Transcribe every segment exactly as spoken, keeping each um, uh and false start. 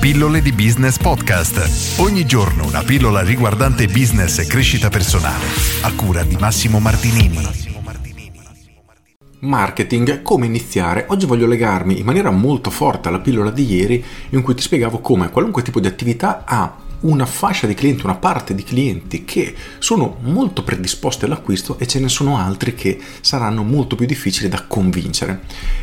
Pillole di Business Podcast. Ogni giorno una pillola riguardante business e crescita personale. A cura di Massimo Martinini. Marketing, come iniziare? Oggi voglio legarmi in maniera molto forte alla pillola di ieri in cui ti spiegavo come qualunque tipo di attività ha una fascia di clienti, una parte di clienti che sono molto predisposti all'acquisto e ce ne sono altri che saranno molto più difficili da convincere.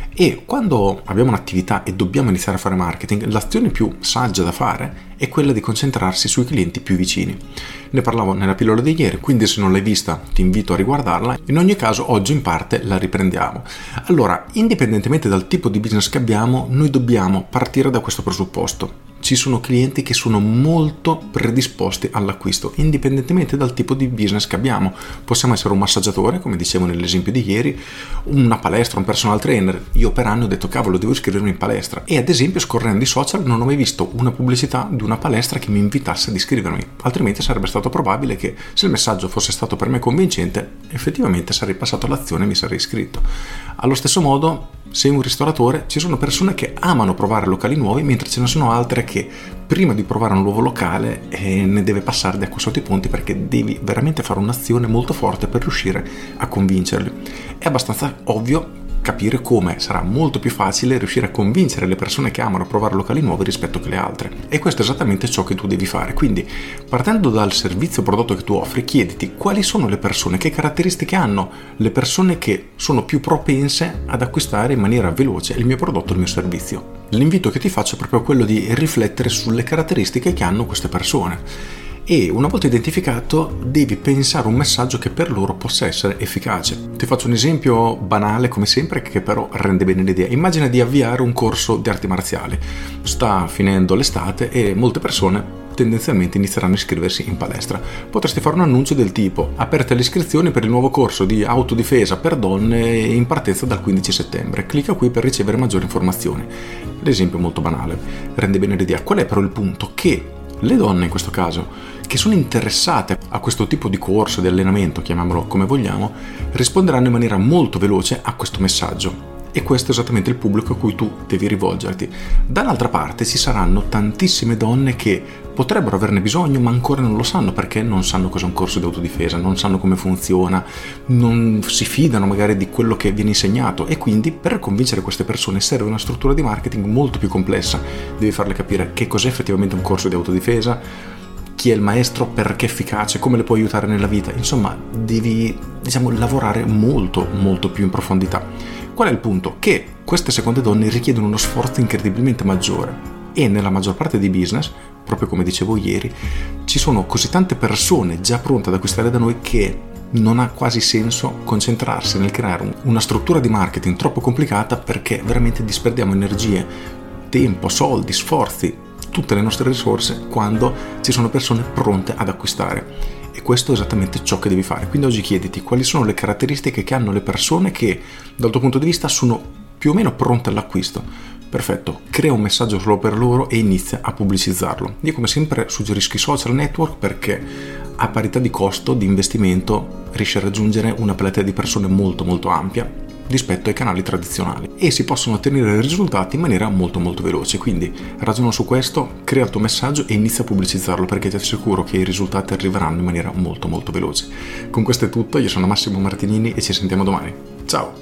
E quando abbiamo un'attività e dobbiamo iniziare a fare marketing, l'azione più saggia da fare è quella di concentrarsi sui clienti più vicini. Ne parlavo nella pillola di ieri, quindi se non l'hai vista ti invito a riguardarla. In ogni caso oggi in parte la riprendiamo. Allora, indipendentemente dal tipo di business che abbiamo, noi dobbiamo partire da questo presupposto. Ci sono clienti che sono molto predisposti all'acquisto, indipendentemente dal tipo di business che abbiamo. Possiamo essere un massaggiatore, come dicevo nell'esempio di ieri, una palestra, un personal trainer. Io per anni ho detto, cavolo, devo iscrivermi in palestra. E ad esempio, scorrendo i social, non ho mai visto una pubblicità di una palestra che mi invitasse ad iscrivermi. Altrimenti sarebbe stato probabile che, se il messaggio fosse stato per me convincente, effettivamente sarei passato all'azione e mi sarei iscritto. Allo stesso modo, sei un ristoratore, ci sono persone che amano provare locali nuovi, mentre ce ne sono altre che prima di provare un nuovo locale eh, ne deve passare di acqua sotto i ponti, perché devi veramente fare un'azione molto forte per riuscire a convincerli. È abbastanza ovvio capire come sarà molto più facile riuscire a convincere le persone che amano provare locali nuovi rispetto che le altre, e questo è esattamente ciò che tu devi fare. Quindi, partendo dal servizio o prodotto che tu offri, chiediti quali sono le persone, che caratteristiche hanno le persone che sono più propense ad acquistare in maniera veloce il mio prodotto o il mio servizio. L'invito che ti faccio è proprio quello di riflettere sulle caratteristiche che hanno queste persone. E una volta identificato devi pensare a un messaggio che per loro possa essere efficace. Ti faccio un esempio banale come sempre, che però rende bene l'idea. Immagina di avviare un corso di arti marziali. Sta finendo l'estate e molte persone tendenzialmente inizieranno a iscriversi in palestra. Potresti fare un annuncio del tipo: aperte le iscrizioni per il nuovo corso di autodifesa per donne in partenza dal quindici settembre. Clicca qui per ricevere maggiori informazioni. L'esempio è molto banale, rende bene l'idea. Qual è però il punto? Che le donne in questo caso, che sono interessate a questo tipo di corso, di allenamento, chiamiamolo come vogliamo, risponderanno in maniera molto veloce a questo messaggio. E questo è esattamente il pubblico a cui tu devi rivolgerti. Dall'altra parte ci saranno tantissime donne che potrebbero averne bisogno, ma ancora non lo sanno, perché non sanno cos'è un corso di autodifesa, non sanno come funziona, non si fidano magari di quello che viene insegnato, e quindi per convincere queste persone serve una struttura di marketing molto più complessa. Devi farle capire che cos'è effettivamente un corso di autodifesa, chi è il maestro, perché è efficace, come le può aiutare nella vita. Insomma, devi, diciamo, lavorare molto molto più in profondità. Qual è il punto? Che queste seconde donne richiedono uno sforzo incredibilmente maggiore, e nella maggior parte dei business, proprio come dicevo ieri, ci sono così tante persone già pronte ad acquistare da noi che non ha quasi senso concentrarsi nel creare una struttura di marketing troppo complicata, perché veramente disperdiamo energie, tempo, soldi, sforzi, tutte le nostre risorse quando ci sono persone pronte ad acquistare. E questo è esattamente ciò che devi fare. Quindi oggi chiediti quali sono le caratteristiche che hanno le persone che dal tuo punto di vista sono più o meno pronte all'acquisto. Perfetto, crea un messaggio solo per loro e inizia a pubblicizzarlo. Io come sempre suggerisco i social network, perché a parità di costo, di investimento, riesci a raggiungere una platea di persone molto molto ampia rispetto ai canali tradizionali, e si possono ottenere risultati in maniera molto molto veloce. Quindi ragiona su questo, crea il tuo messaggio e inizia a pubblicizzarlo, perché ti assicuro che i risultati arriveranno in maniera molto molto veloce. Con questo è tutto, io sono Massimo Martinini e ci sentiamo domani. Ciao!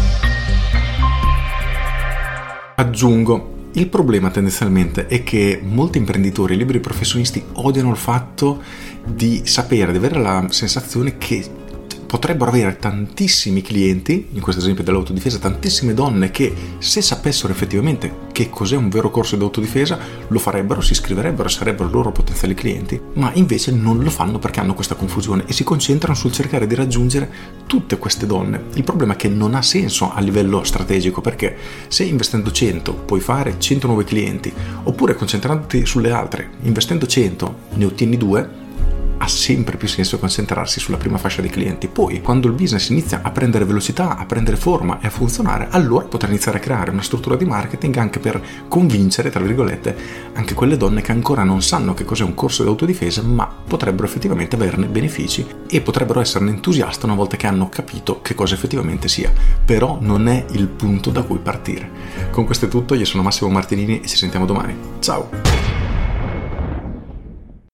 Aggiungo, il problema tendenzialmente è che molti imprenditori e liberi professionisti odiano il fatto di sapere, di avere la sensazione che potrebbero avere tantissimi clienti, in questo esempio dell'autodifesa, tantissime donne che, se sapessero effettivamente che cos'è un vero corso di autodifesa, lo farebbero, si iscriverebbero, sarebbero loro potenziali clienti, ma invece non lo fanno perché hanno questa confusione e si concentrano sul cercare di raggiungere tutte queste donne. Il problema è che non ha senso a livello strategico, perché se investendo cento puoi fare cento nuovi clienti, oppure concentrandoti sulle altre, investendo cento ne ottieni due, ha sempre più senso concentrarsi sulla prima fascia di clienti. Poi, quando il business inizia a prendere velocità, a prendere forma e a funzionare, allora potrà iniziare a creare una struttura di marketing anche per convincere, tra virgolette, anche quelle donne che ancora non sanno che cos'è un corso di autodifesa, ma potrebbero effettivamente averne benefici e potrebbero esserne entusiaste una volta che hanno capito che cosa effettivamente sia. Però non è il punto da cui partire. Con questo è tutto, io sono Massimo Martinini e ci sentiamo domani. Ciao!